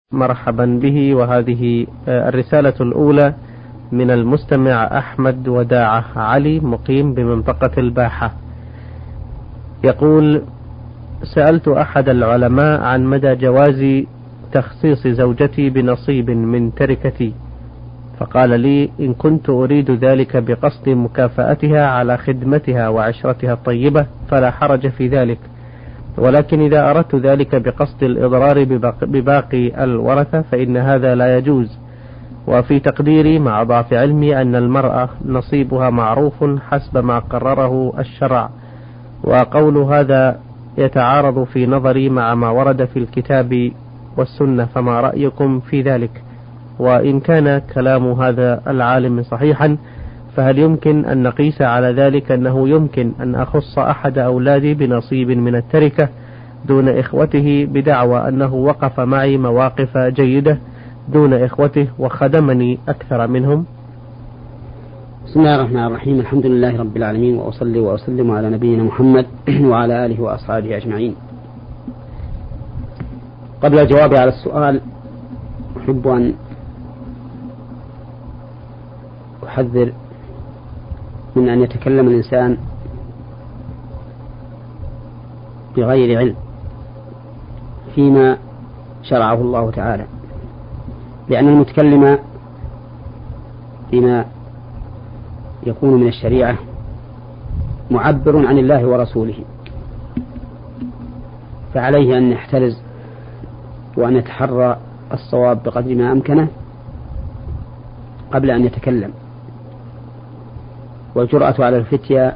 مرحبا به. وهذه الرسالة الأولى من المستمع أحمد وداعة علي مقيم بمنطقة الباحة. يقول: سألت أحد العلماء عن مدى جواز تخصيص زوجتي بنصيب من تركتي، فقال لي: إن كنت أريد ذلك بقصد مكافأتها على خدمتها وعشرتها الطيبة فلا حرج في ذلك، ولكن إذا أردت ذلك بقصد الإضرار بباقي الورثة فإن هذا لا يجوز. وفي تقديري مع ضعف علمي أن المرأة نصيبها معروف حسب ما قرره الشرع، وقول هذا يتعارض في نظري مع ما ورد في الكتاب والسنة، فما رأيكم في ذلك؟ وإن كان كلام هذا العالم صحيحا فهل يمكن أن نقيس على ذلك أنه يمكن أن أخص أحد أولادي بنصيب من التركة دون إخوته بدعوى أنه وقف معي مواقف جيدة دون إخوته وخدمني أكثر منهم؟ بسم الله الرحمن الرحيم. الحمد لله رب العالمين، وأصلي وأسلم على نبينا محمد وعلى آله وأصحابه أجمعين. قبل الجواب على السؤال أحب أن أحذر من أن يتكلم الإنسان بغير علم فيما شرعه الله تعالى، لأن المتكلم بما يكون من الشريعة معبر عن الله ورسوله، فعليه أن يحترز وأن يتحرى الصواب بقدر ما أمكنه قبل أن يتكلم. والجرأة على الفتية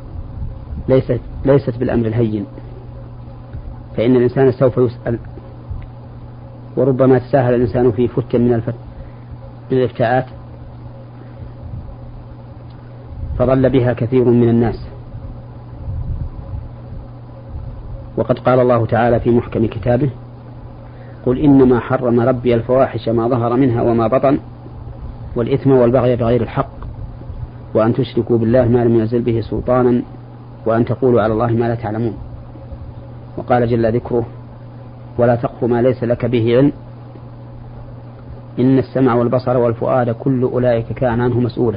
ليست بالأمر الهين، فإن الإنسان سوف يسأل، وربما تساهل الإنسان في فتية من الإفتاءات فضل بها كثير من الناس. وقد قال الله تعالى في محكم كتابه: قل إنما حرم ربي الفواحش ما ظهر منها وما بطن والإثم والبغي بغير الحق وأن تشركوا بالله ما لم ينزل به سلطانا وأن تقولوا على الله ما لا تعلمون. وقال جل ذكره: ولا تقف ما ليس لك به علم إن السمع والبصر والفؤاد كل أولئك كان عنه مسؤولا.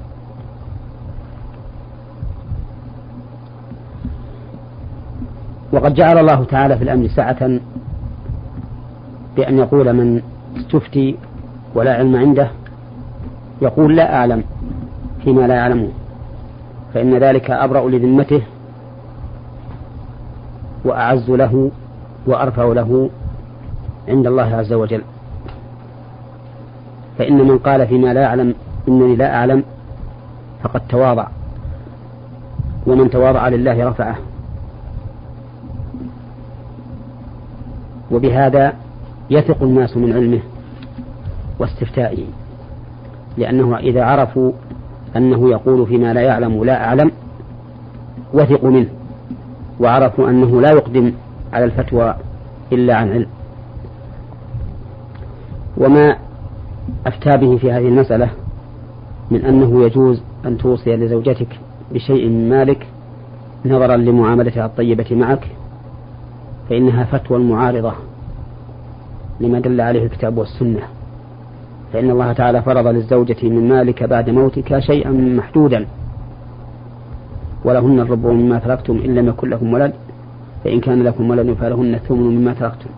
وقد جعل الله تعالى في الأمر سعة بأن يقول من استفتي ولا علم عنده يقول لا أعلم فيما لا يعلمه، فإن ذلك أبرأ لذمته وأعز له وأرفع له عند الله عز وجل. فإن من قال فيما لا يعلم إنني لا أعلم فقد تواضع، ومن تواضع لله رفعه. وبهذا يثق الناس من علمه واستفتائه، لأنه إذا عرفوا أنه يقول فيما لا يعلم لا أعلم وثقوا منه، وعرفوا أنه لا يقدم على الفتوى إلا عن علم. وما أفتى به في هذه المسألة من أنه يجوز أن توصي لزوجتك بشيء من مالك نظرا لمعاملتها الطيبة معك، فإنها فتوى معارضة لما دل عليه الكتاب والسنة. فإن الله تعالى فرض للزوجة من مالك بعد موتك شيئا محدودا، ولهن الربع مما تركتم إن لم يكن لكم ولد فإن كان لكم ولد فلهن الثمن مما تركتم.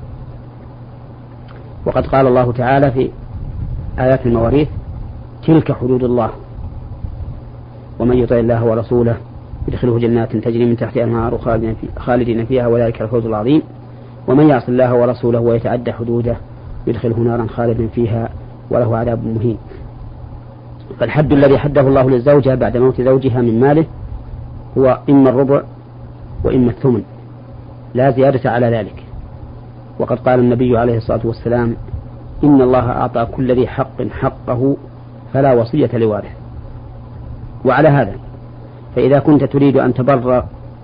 وقد قال الله تعالى في آيات المواريث: تلك حدود الله ومن يطع الله ورسوله يدخله جنات تجري من تحتها الأنهار خالدين فيها وذلك الفوز العظيم ومن يعص الله ورسوله ويتعدى حدوده يدخله نارا خالدا فيها وله عذاب مهين. فالحد الذي حده الله للزوجة بعد موت زوجها من ماله هو إما الربع وإما الثمن، لا زيادة على ذلك. وقد قال النبي عليه الصلاة والسلام: إن الله أعطى كل ذي حق حقه فلا وصية لوارث. وعلى هذا فإذا كنت تريد أن تبر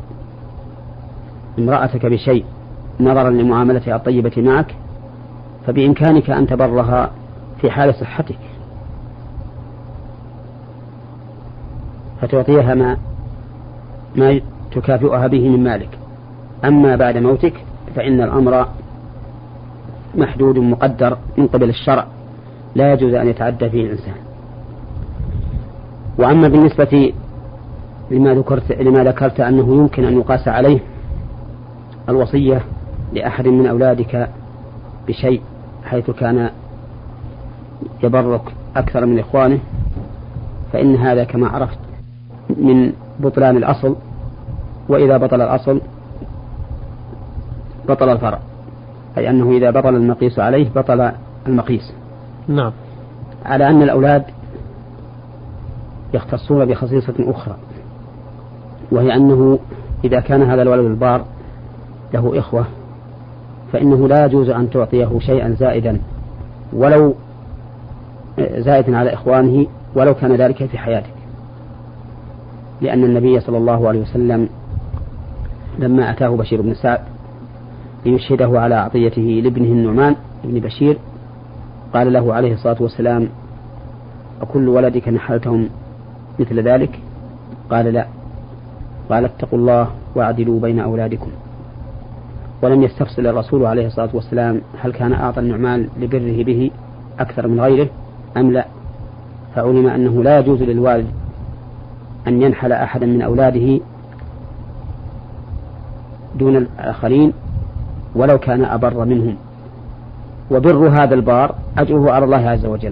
امرأتك بشيء نظرا لمعاملتها الطيبة معك فبإمكانك أن تبرها في حال صحتك، فتعطيها ما تكافئها به من مالك. أما بعد موتك فإن الأمر محدود مقدر من قبل الشرع لا يجوز أن يتعدى فيه الإنسان. وأما بالنسبة لما ذكرت أنه يمكن أن يقاس عليه الوصية لأحد من أولادك بشيء حيث كان يبرك أكثر من إخوانه، فإن هذا كما عرفت من بطلان الأصل، وإذا بطل الأصل بطل الفرع، أي أنه إذا بطل المقيس عليه بطل المقيس. نعم. على أن الأولاد يختصون بخصيصة أخرى، وهي أنه إذا كان هذا الولد البار له إخوة فإنه لا يجوز أن تعطيه شيئا زائدا ولو زائدا على إخوانه ولو كان ذلك في حياتك، لأن النبي صلى الله عليه وسلم لما أتاه بشير بن سعد ليشهده على عطيته لابنه النعمان بن بشير قال له عليه الصلاة والسلام: أكل ولدك نحلتهم مثل ذلك؟ قال: لا. قال: اتقوا الله واعدلوا بين أولادكم. ولم يستفصل الرسول عليه الصلاة والسلام هل كان أعطى النعمان لبره به أكثر من غيره أم لا، فعلم أنه لا يجوز للوالد أن ينحل أحدا من أولاده دون الآخرين ولو كان أبر منهم، وبر هذا البار أجره على الله عز وجل.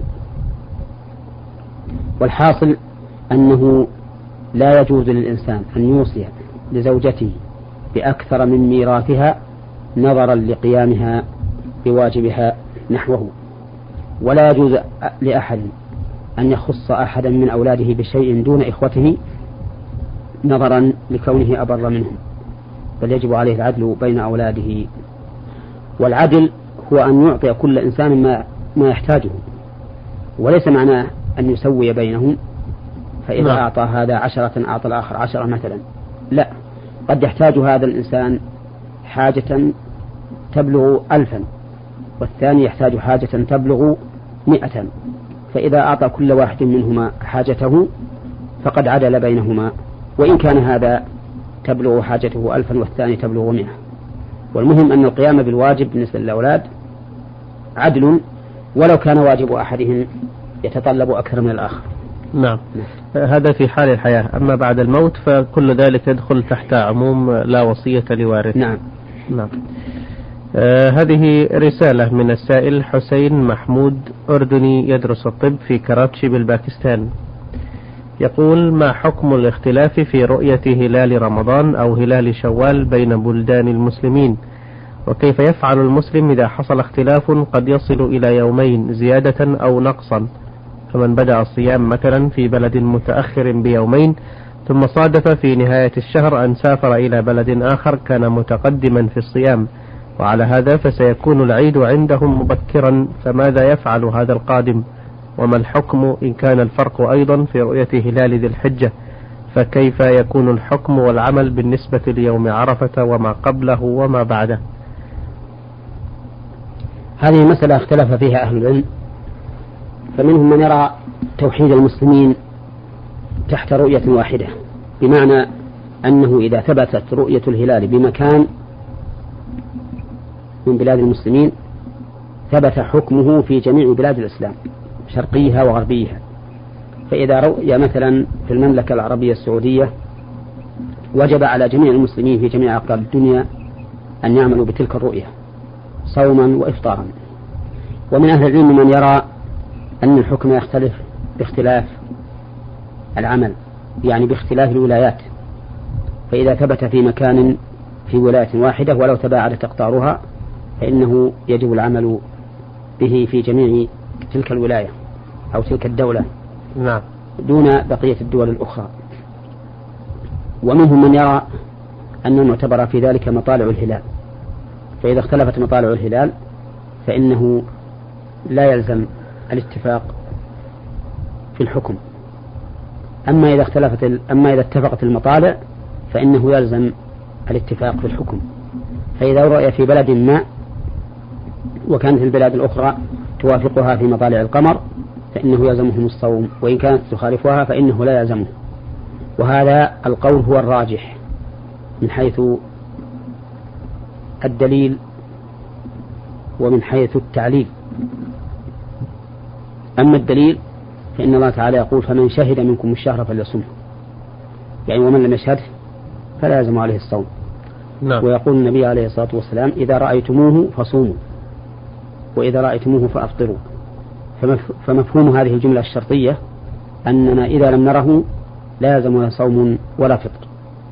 والحاصل أنه لا يجوز للإنسان أن يوصي لزوجته بأكثر من ميراثها نظرا لقيامها بواجبها نحوه، ولا يجوز لأحد أن يخص أحدا من أولاده بشيء دون إخوته نظرا لكونه أبر منهم، بل يجب عليه العدل بين أولاده. والعدل هو أن يعطي كل إنسان ما يحتاجه، وليس معناه أن يسوي بينهم، فإذا أعطى هذا 10 أعطى الآخر 10 مثلا، لا، قد يحتاج هذا الإنسان حاجة تبلغ 1000 والثاني يحتاج حاجة تبلغ 100، فإذا أعطى كل واحد منهما حاجته فقد عدل بينهما، وإن كان هذا تبلغ حاجته 1000 والثاني تبلغ 100. والمهم أن القيام بالواجب بالنسبة للأولاد عدل ولو كان واجب أحدهم يتطلب أكثر من الآخر. نعم. هذا في حال الحياة، أما بعد الموت فكل ذلك يدخل تحت عموم لا وصية لوارث. نعم. نعم. هذه رسالة من السائل حسين محمود، أردني، يدرس الطب في كراتشي بالباكستان. يقول: ما حكم الاختلاف في رؤية هلال رمضان أو هلال شوال بين بلدان المسلمين؟ وكيف يفعل المسلم إذا حصل اختلاف قد يصل إلى يومين زيادة أو نقصا؟ فمن بدأ الصيام مثلا في بلد متأخر بيومين ثم صادف في نهاية الشهر أن سافر إلى بلد آخر كان متقدما في الصيام، وعلى هذا فسيكون العيد عندهم مبكرا، فماذا يفعل هذا القادم؟ وما الحكم إن كان الفرق أيضا في رؤية هلال ذي الحجة؟ فكيف يكون الحكم والعمل بالنسبة ليوم عرفة وما قبله وما بعده؟ هذه مسألة اختلف فيها أهل العلم، فمنهم من يرى توحيد المسلمين تحت رؤية واحدة، بمعنى أنه إذا ثبتت رؤية الهلال بمكان من بلاد المسلمين ثبت حكمه في جميع بلاد الإسلام شرقيها وغربيها. فإذا رؤي مثلا في المملكة العربية السعودية وجب على جميع المسلمين في جميع أقطار الدنيا أن يعملوا بتلك الرؤية صوما وإفطارا. ومن أهل العلم من يرى أن الحكم يختلف باختلاف العمل، يعني باختلاف الولايات، فإذا ثبت في مكان في ولاية واحدة ولو تباعدت أقطارها فإنه يجب العمل به في جميع تلك الولاية أو تلك الدولة. نعم. دون بقية الدول الأخرى. ومنهم من يرى أن المعتبر في ذلك مطالع الهلال، فإذا اختلفت مطالع الهلال فإنه لا يلزم الاتفاق في الحكم. أما إذا اتفقت المطالع فإنه يلزم الاتفاق في الحكم. فإذا رؤي في بلد ما وكانت البلاد الأخرى توافقها في مطالع القمر فإنه يلزمهم الصوم، وإن كانت تخالفها فإنه لا يلزمه. وهذا القول هو الراجح من حيث الدليل ومن حيث التعليل. أما الدليل فإن الله تعالى يقول فمن شهد منكم الشهر فليصمه، يعني ومن لم يشهد فلا يلزم عليه الصوم. نعم. ويقول النبي عليه الصلاة والسلام إذا رأيتموه فصوموا وإذا رأيتموه فأفطروا. فمفهوم هذه الجملة الشرطية أننا إذا لم نره لا يلزمنا صوم ولا فطر.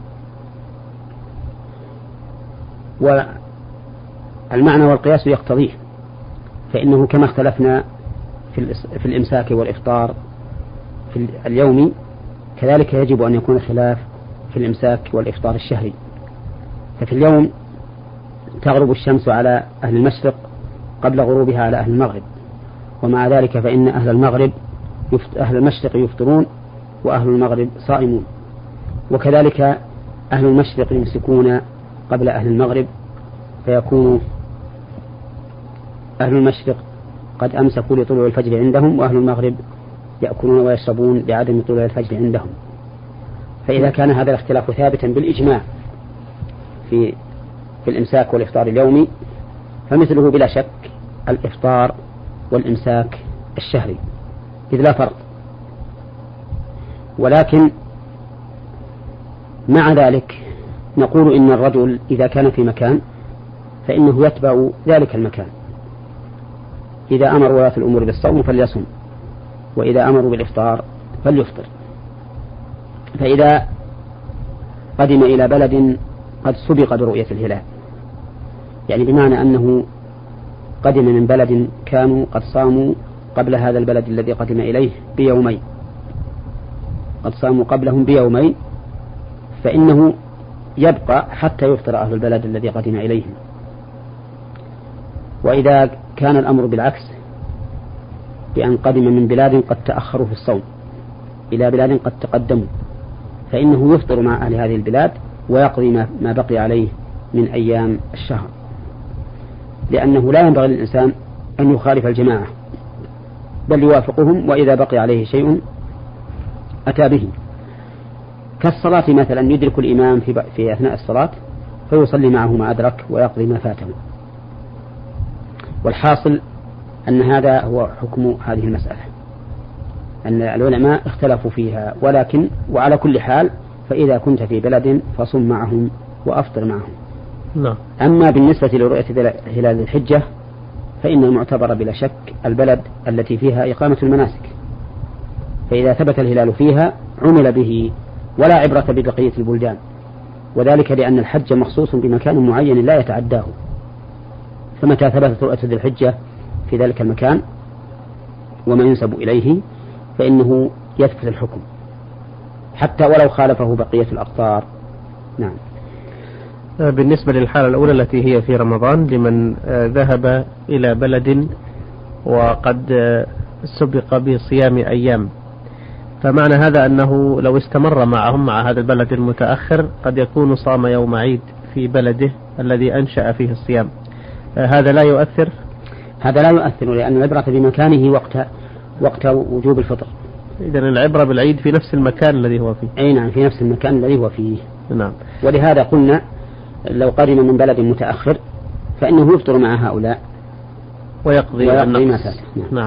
والمعنى والقياس يقتضيه، فإنه كما اختلفنا في الإمساك والإفطار في اليوم كذلك يجب أن يكون خلاف في الإمساك والإفطار الشهري. ففي اليوم تغرب الشمس على أهل المشرق قبل غروبها على أهل المغرب، ومع ذلك فإن أهل المشرق يفطرون وأهل المغرب صائمون، وكذلك أهل المشرق يمسكون قبل أهل المغرب، فيكون أهل المشرق قد أمسكوا لطلوع الفجر عندهم، وأهل المغرب يأكلون ويشربون لعدم طلوع الفجر عندهم. فإذا كان هذا الاختلاف ثابتا بالإجماع في الإمساك والإفطار اليومي، فمثله بلا شك الإفطار والإمساك الشهري، إذ لا فرق. ولكن مع ذلك نقول إن الرجل إذا كان في مكان فإنه يتبع ذلك المكان، إذا أمر ولاة الأمور بالصوم فليصم، وإذا أمروا بالإفطار فليفطر. فإذا قدم إلى بلد قد سبق برؤية الهلال، يعني بمعنى أنه قدم من بلد كانوا قد صاموا قبل هذا البلد الذي قدم إليه بيومين، قد صاموا قبلهم بيومين، فإنه يبقى حتى يفطر أهل البلد الذي قدم إليهم. وإذا كان الأمر بالعكس، بأن قدم من بلاد قد تأخروا في الصوم إلى بلاد قد تقدموا، فإنه يفطر مع أهل هذه البلاد ويقضي ما بقي عليه من أيام الشهر، لأنه لا ينبغي للإنسان أن يخالف الجماعة بل يوافقهم، وإذا بقي عليه شيء أتى به، كالصلاة مثلا يدرك الإمام في أثناء الصلاة فيصلي معه ما أدرك ويقضي ما فاته. والحاصل أن هذا هو حكم هذه المسألة، أن العلماء اختلفوا فيها، ولكن وعلى كل حال فإذا كنت في بلد فصم معهم وأفطر معهم. نعم. أما بالنسبة لرؤية هلال الحجة فإن المعتبر بلا شك البلد التي فيها إقامة المناسك، فإذا ثبت الهلال فيها عمل به ولا عبرة ببقية البلدان، وذلك لأن الحج مخصوص بمكان معين لا يتعداه، فمتى ثبتت رؤية ذي الحجة في ذلك المكان وما ينسب إليه فإنه يثبت الحكم حتى ولو خالفه بقية الأقطار. نعم. بالنسبة للحالة الأولى التي هي في رمضان لمن ذهب إلى بلد وقد سبق بصيام أيام، فمعنى هذا أنه لو استمر معهم مع هذا البلد المتأخر قد يكون صام يوم عيد في بلده الذي أنشأ فيه الصيام، هذا لا يؤثر؟ هذا لا يؤثر، لأن العبرة بمكانه وقت وجوب الفطر. إذن العبرة بالعيد في نفس المكان الذي هو فيه. أي نعم، في نفس المكان الذي هو فيه. نعم. ولهذا قلنا لو قدم من بلد متأخر فإنه يفطر مع هؤلاء ويقضي ما فات. نعم.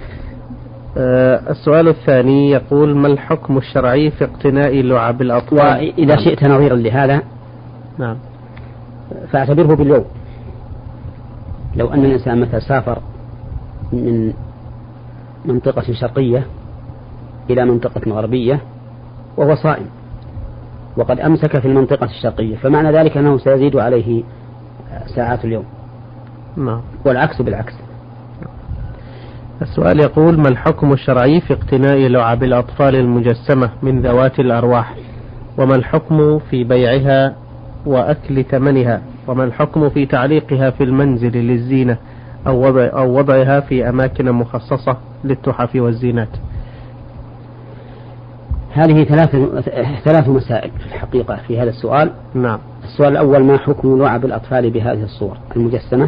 السؤال الثاني يقول ما الحكم الشرعي في اقتناء لعب الأطفال؟ وإذا شئت نظيرا لهذا نعم فاعتبره باليوم. لو أن الإنسان مثلا سافر من منطقة شرقية إلى منطقة غربية وهو صائم وقد أمسك في المنطقة الشرقية، فمعنى ذلك أنه سيزيد عليه ساعات اليوم. نعم. والعكس بالعكس. السؤال يقول ما الحكم الشرعي في اقتناء لعب الأطفال المجسمة من ذوات الأرواح، وما الحكم في بيعها وأكل ثمنها، وما الحكم في تعليقها في المنزل للزينة أو وضعها في أماكن مخصصة للتحف والزينات؟ هذه ثلاث مسائل في الحقيقة في هذا السؤال. نعم. السؤال الأول ما حكم لعب الأطفال بهذه الصور المجسمة؟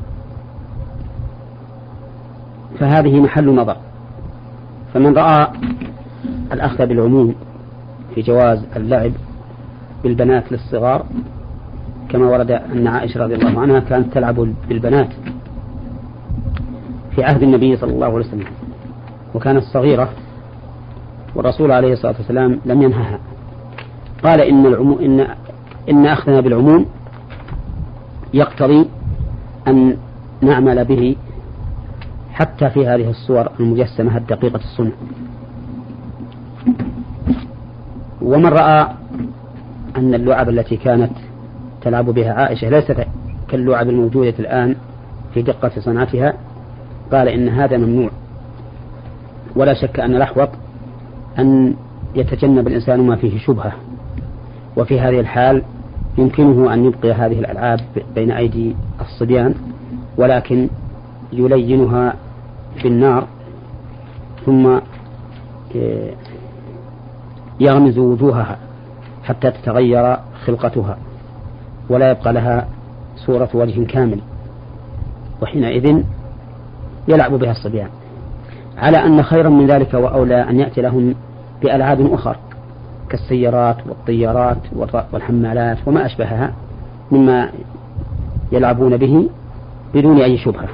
فهذه محل نظر، فمن رأى الأخذ بالعموم في جواز اللعب بالبنات للصغار كما ورد أن عائشة رضي الله عنها كانت تلعب بالبنات في عهد النبي صلى الله عليه وسلم، وكانت صغيرة، والرسول عليه الصلاة والسلام لم ينهها. قال إن أخذنا بالعموم يقتضي أن نعمل به حتى في هذه الصور المجسمة الدقيقة الصنع. ومن رأى أن اللعب التي كانت تلعب بها عائشة ليست كاللعب الموجودة الآن في دقة صنعتها قال إن هذا ممنوع. ولا شك أن الأحوط أن يتجنب الإنسان ما فيه شبهة، وفي هذه الحال يمكنه أن يبقي هذه الألعاب بين أيدي الصبيان، ولكن يلينها بالنار ثم يغمز وجوهها حتى تتغير خلقتها ولا يبقى لها صورة وجه كامل، وحينئذ يلعب بها الصبيان. على أن خيرا من ذلك وأولى أن يأتي لهم بألعاب أخرى كالسيارات والطيارات والحمالات وما أشبهها مما يلعبون به بدون أي شبهة.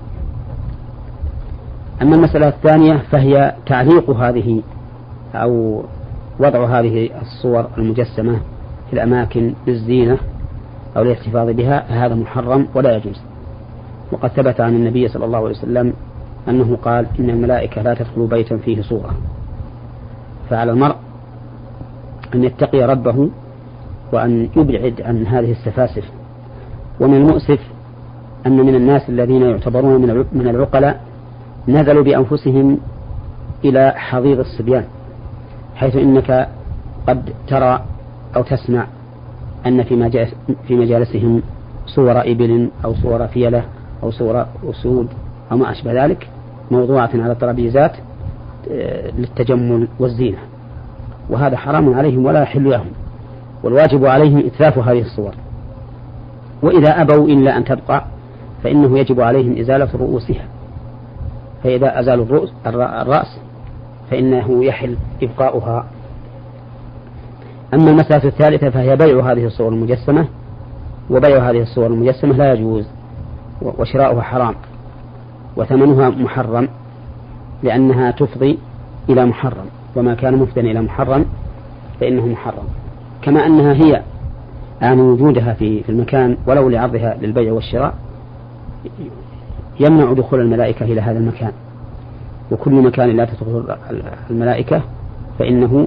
أما المسألة الثانية فهي تعليق هذه أو وضع هذه الصور المجسمة في الأماكن للزينة أو الاحتفاظ بها، هذا محرم ولا يجوز. وقد ثبت عن النبي صلى الله عليه وسلم أنه قال إن الملائكة لا تدخل بيتا فيه صورة. فعلى المرء أن يتقي ربه وأن يبعد عن هذه السفاسف. ومن المؤسف أن من الناس الذين يعتبرون من العقلاء نزلوا بأنفسهم إلى حضيض الصبيان، حيث إنك قد ترى أو تسمع أن في مجالسهم صور إبل أو صور فيلة أو صور أسود أو ما أشبه ذلك موضوعة على الترابيزات للتجمل والزينة، وهذا حرام عليهم ولا يحل لهم، والواجب عليهم إتلاف هذه الصور. وإذا أبوا إلا أن تبقى فإنه يجب عليهم إزالة رؤوسها، فإذا أزالوا الرأس فإنه يحل إبقاؤها. أما المسألة الثالثة فهي بيع هذه الصور المجسمة، وبيع هذه الصور المجسمة لا يجوز، وشراؤها حرام، وثمنها محرم لأنها تفضي إلى محرم، وما كان مفضيا إلى محرم فإنه محرم. كما أنها هي وجودها في المكان ولو لعرضها للبيع والشراء يمنع دخول الملائكة إلى هذا المكان، وكل مكان لا تدخل الملائكة فإنه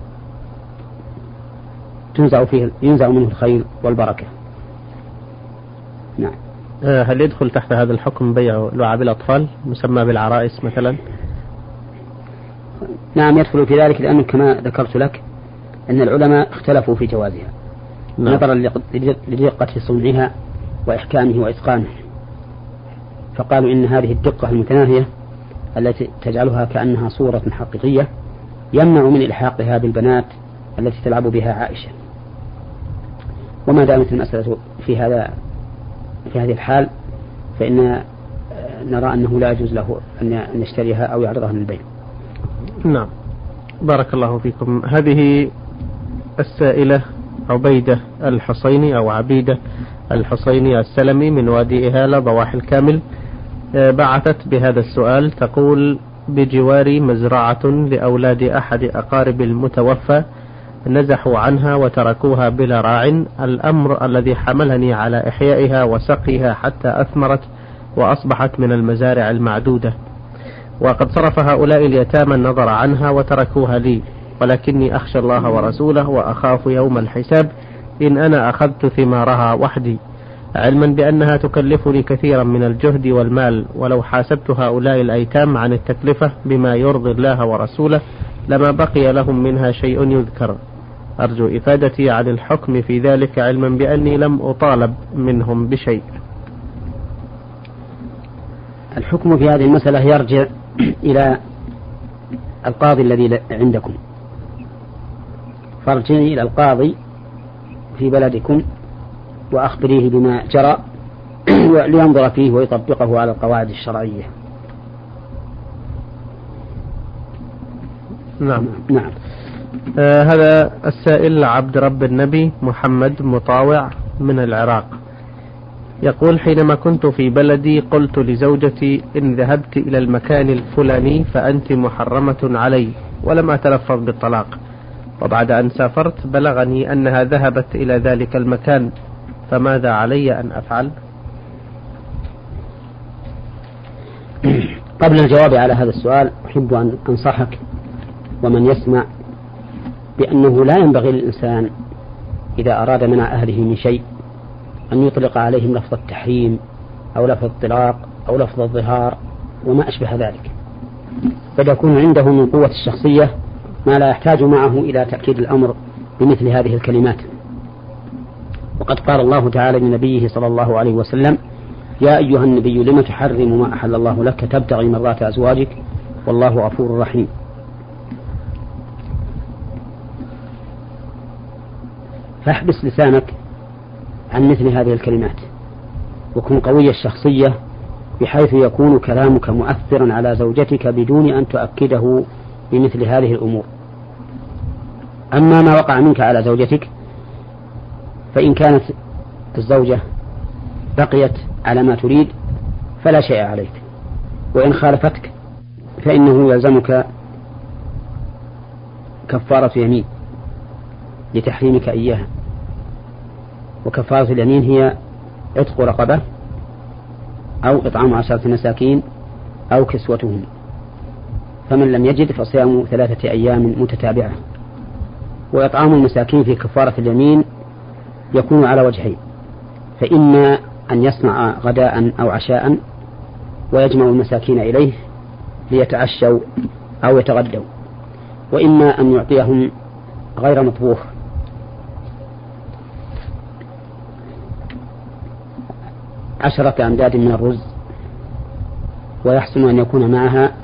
ينزع منه الخير والبركة. نعم. هل يدخل تحت هذا الحكم بيع لعب الأطفال مسمى بالعرائس مثلا؟ نعم يدخل في ذلك، لأنه كما ذكرت لك أن العلماء اختلفوا في جوازها نظرا لدقة صنعها وإحكامه وإتقانه، فقالوا إن هذه الدقة المتناهية التي تجعلها كأنها صورة حقيقية يمنع من إلحاقها بالبنات التي تلعب بها عائشة. وما دامت المسألة في هذه الحال فإن نرى أنه لا يجوز له أن يشتريها أو يعرضها للبيع. نعم، بارك الله فيكم. هذه السائلة عبيدة الحصيني أو عبيدة الحصيني السلمي من وادي إهالة ضواحي الكامل بعثت بهذا السؤال، تقول: بجواري مزرعة لأولاد أحد أقارب المتوفى نزحوا عنها وتركوها بلا راع، الأمر الذي حملني على إحيائها وسقيها حتى أثمرت وأصبحت من المزارع المعدودة، وقد صرف هؤلاء اليتامى النظر عنها وتركوها لي، ولكني أخشى الله ورسوله وأخاف يوم الحساب إن أنا أخذت ثمارها وحدي، علما بأنها تكلفني كثيرا من الجهد والمال، ولو حاسبت هؤلاء الأيتام عن التكلفة بما يرضي الله ورسوله لما بقي لهم منها شيء يذكر. أرجو إفادتي عن الحكم في ذلك، علما بأني لم أطالب منهم بشيء. الحكم في هذه المسألة يرجع إلى القاضي الذي عندكم، فارجعي إلى القاضي في بلدكم وأخبريه بما جرى لينظر فيه ويطبقه على القواعد الشرعية. نعم. نعم. هذا السائل عبد رب النبي محمد مطاوع من العراق، يقول: حينما كنت في بلدي قلت لزوجتي: إن ذهبت إلى المكان الفلاني فأنت محرمة علي، ولم أتلفظ بالطلاق. وبعد أن سافرت بلغني أنها ذهبت إلى ذلك المكان، فماذا علي أن أفعل؟ قبل الجواب على هذا السؤال أحب أن أنصحك ومن يسمع بأنه لا ينبغي للإنسان إذا أراد منع أهله من شيء أن يطلق عليهم لفظ التحريم أو لفظ الطلاق أو لفظ الظهار وما أشبه ذلك، قد يكون عنده من قوة الشخصية ما لا يحتاج معه إلى تأكيد الأمر بمثل هذه الكلمات. وقد قال الله تعالى لنبيه صلى الله عليه وسلم: يا أيها النبي لم تحرم ما أحل الله لك تبتغي مرضات أزواجك والله غفور رحيم. فاحبس لسانك عن مثل هذه الكلمات، وكن قوي الشخصية بحيث يكون كلامك مؤثرا على زوجتك بدون أن تؤكده بمثل هذه الأمور. أما ما وقع منك على زوجتك فإن كانت الزوجة بقيت على ما تريد فلا شيء عليك، وإن خالفتك فإنه يلزمك كفارة يمين لتحريمك إياها، وكفارة اليمين هي عتق رقبة أو إطعام 10 مساكين أو كسوتهم، فمن لم يجد فصيام 3 أيام متتابعة. وإطعام المساكين في كفارة اليمين يكون على وجهين: فإما أن يصنع غداء أو عشاء ويجمع المساكين إليه ليتعشوا أو يتغدوا، وإما أن يعطيهم غير مطبوخ 10 أمداد من الرز، ويحسن أن يكون معها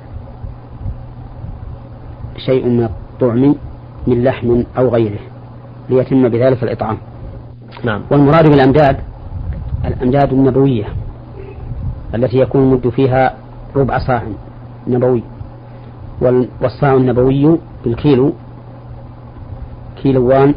شيء من الطعم من لحم أو غيره ليتم بذلك الإطعام. نعم. والمراد بالأمداد الأمداد النبوية التي يكون المد فيها ربع صاع نبوي، والصاع النبوي بالكيلو 1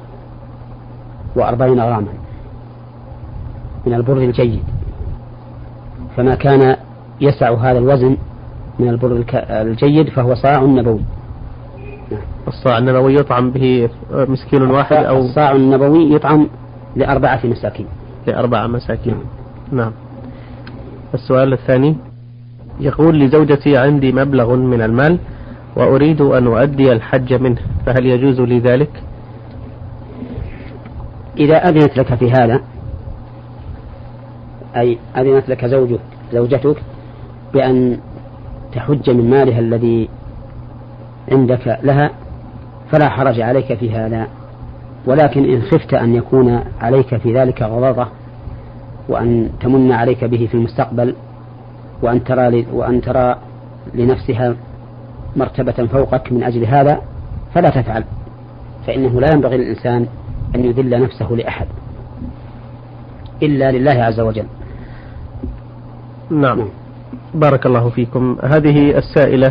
و40 غراما من البر الجيد، فما كان يسع هذا الوزن من البر الجيد فهو صاع نبوي. الصاع النبوي يطعم به مسكين واحد أو الصاع النبوي يطعم ل4 مساكين. ل4 مساكين. نعم. السؤال الثاني يقول: لزوجتي عندي مبلغ من المال وأريد أن أؤدي الحج منه، فهل يجوز لي ذلك؟ إذا أذنت لك في هذا، أي أذنت لك زوجتك بأن تحج من مالها الذي عندك لها فلا حرج عليك في هذا، ولكن إن خفت أن يكون عليك في ذلك غضاضة وأن تمن عليك به في المستقبل وأن ترى لنفسها مرتبة فوقك من أجل هذا فلا تفعل، فإنه لا ينبغي للإنسان أن يذل نفسه لأحد إلا لله عز وجل. نعم. بارك الله فيكم. هذه السائلة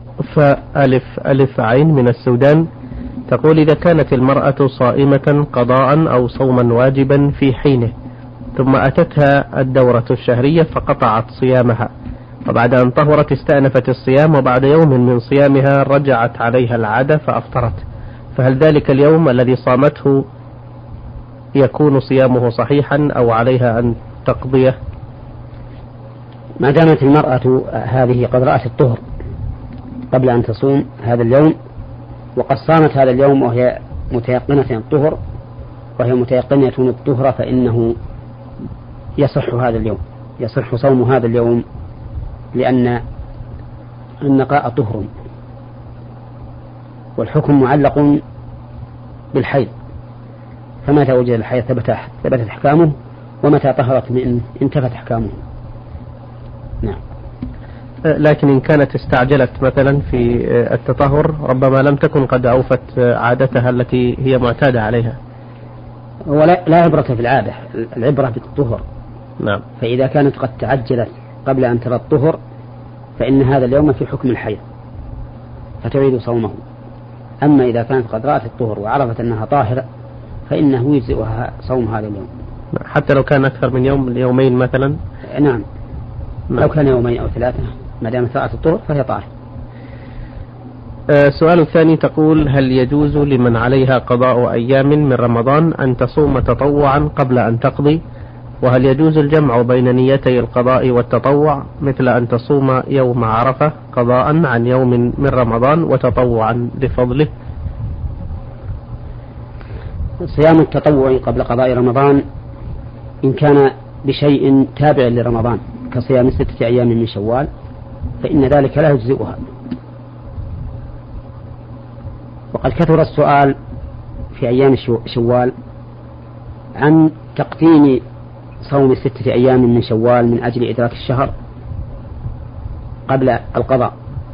فألف عين من السودان تقول: إذا كانت المرأة صائمة قضاء أو صوما واجبا في حينه ثم أتتها الدورة الشهرية فقطعت صيامها، وبعد أن طهرت استأنفت الصيام، وبعد يوم من صيامها رجعت عليها العادة فأفطرت، فهل ذلك اليوم الذي صامته يكون صيامه صحيحا أو عليها أن تقضيه؟ ما دامت المرأة هذه قد رأت الطهر قبل أن تصوم هذا اليوم وقد صامت هذا اليوم وهي متيقنة الطهر وهي متيقنة الطهر فإنه يصح هذا اليوم، يصح صوم هذا اليوم، لأن النقاء طهر والحكم معلق بالحيض، فمتى وجد الحيض ثبتت أحكامه، ومتى طهرت منه انتفت أحكامه. نعم. لكن إن كانت استعجلت مثلا في التطهر ربما لم تكن قد أوفت عادتها التي هي معتادة عليها. ولا عبرة في العادة، العبرة بالطهر. نعم. فإذا كانت قد تعجلت قبل أن ترى الطهر فإن هذا اليوم في حكم الحيض فتعيد صومه. أما إذا كانت قد رأت الطهر وعرفت أنها طاهرة فإنه يجزئها صوم هذا اليوم. حتى لو كان أكثر من يومين مثلا؟ نعم. لو كان يومين أو ثلاثة ما دامت ساعة الطرق فهي طاهرة. السؤال الثاني تقول: هل يجوز لمن عليها قضاء أيام من رمضان أن تصوم تطوعا قبل أن تقضي؟ وهل يجوز الجمع بين نيتي القضاء والتطوع مثل أن تصوم يوم عرفة قضاء عن يوم من رمضان وتطوعا لفضله؟ صيام التطوع قبل قضاء رمضان إن كان بشيء تابع لرمضان كصيام 6 أيام من شوال فإن ذلك لا يجزئها. وقد كثر السؤال في أيام شوال عن تقديم صوم 6 أيام من شوال من أجل إدراك الشهر قبل القضاء.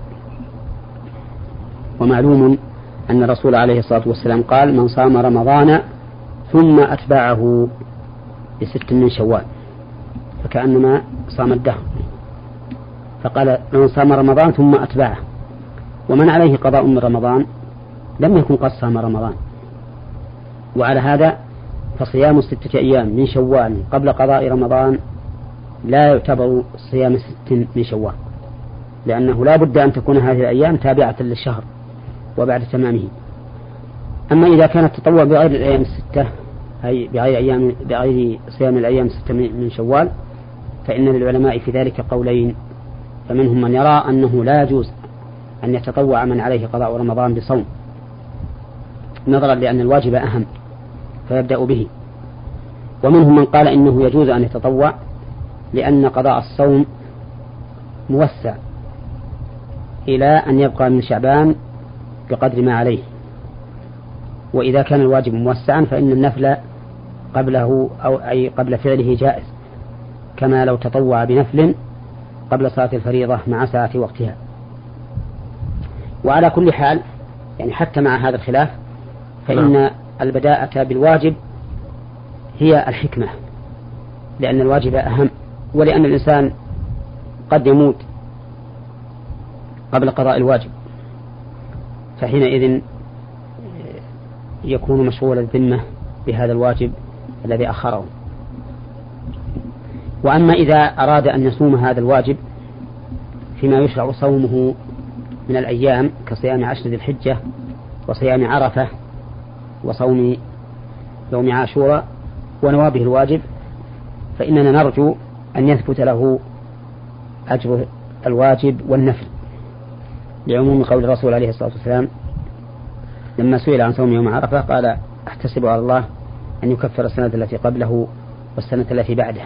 ومعلوم أن الرسول عليه الصلاة والسلام قال: من صام رمضان ثم أتبعه ب6 من شوال فكأنما صام الدهر، فقال: من صام رمضان ثم أتبعه. ومن عليه قضاء من رمضان لم يكن قد صام رمضان. وعلى هذا فصيام 6 أيام من شوال قبل قضاء رمضان لا يعتبر صيام 6 من شوال، لأنه لا بد أن تكون هذه الأيام تابعة للشهر وبعد تمامه. أما إذا كان التطوع بغير الأيام 6 أي بغير صيام الأيام 6 من شوال فإن للعلماء في ذلك قولين. فمنهم من يرى أنه لا يجوز أن يتطوع من عليه قضاء رمضان بصوم نظرا لأن الواجب أهم فيبدأ به. ومنهم من قال إنه يجوز أن يتطوع لأن قضاء الصوم موسع إلى أن يبقى من شعبان بقدر ما عليه، وإذا كان الواجب موسعا فإن النفل قبله أو أي قبل فعله جائز، كما لو تطوع بنفل قبل صلاة الفريضة مع ساعة وقتها. وعلى كل حال يعني حتى مع هذا الخلاف فإن البداءة بالواجب هي الحكمة، لأن الواجب أهم، ولأن الإنسان قد يموت قبل قضاء الواجب فحينئذ يكون مشغول الذمة بهذا الواجب الذي أخره. وأما إذا أراد أن يصوم هذا الواجب فيما يشرع صومه من الأيام كصيام 10 ذي الحجة وصيام عرفة وصوم يوم عاشوراء ونوابه الواجب فإننا نرجو أن يثبت له أجر الواجب والنفل، لعموم قول الرسول عليه الصلاة والسلام لما سئل عن صوم يوم عرفة قال: أحتسب على الله أن يكفر السنة التي قبله والسنة التي بعده.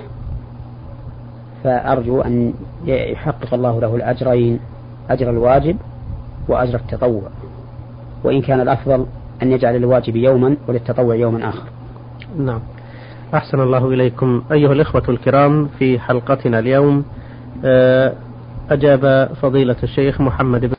فأرجو أن يحقق الله له الأجرين، أجر الواجب وأجر التطوع، وإن كان الأفضل أن يجعل الواجب يوما وللتطوع يوما آخر. نعم. أحسن الله إليكم. أيها الإخوة الكرام، في حلقتنا اليوم أجاب فضيلة الشيخ محمد بن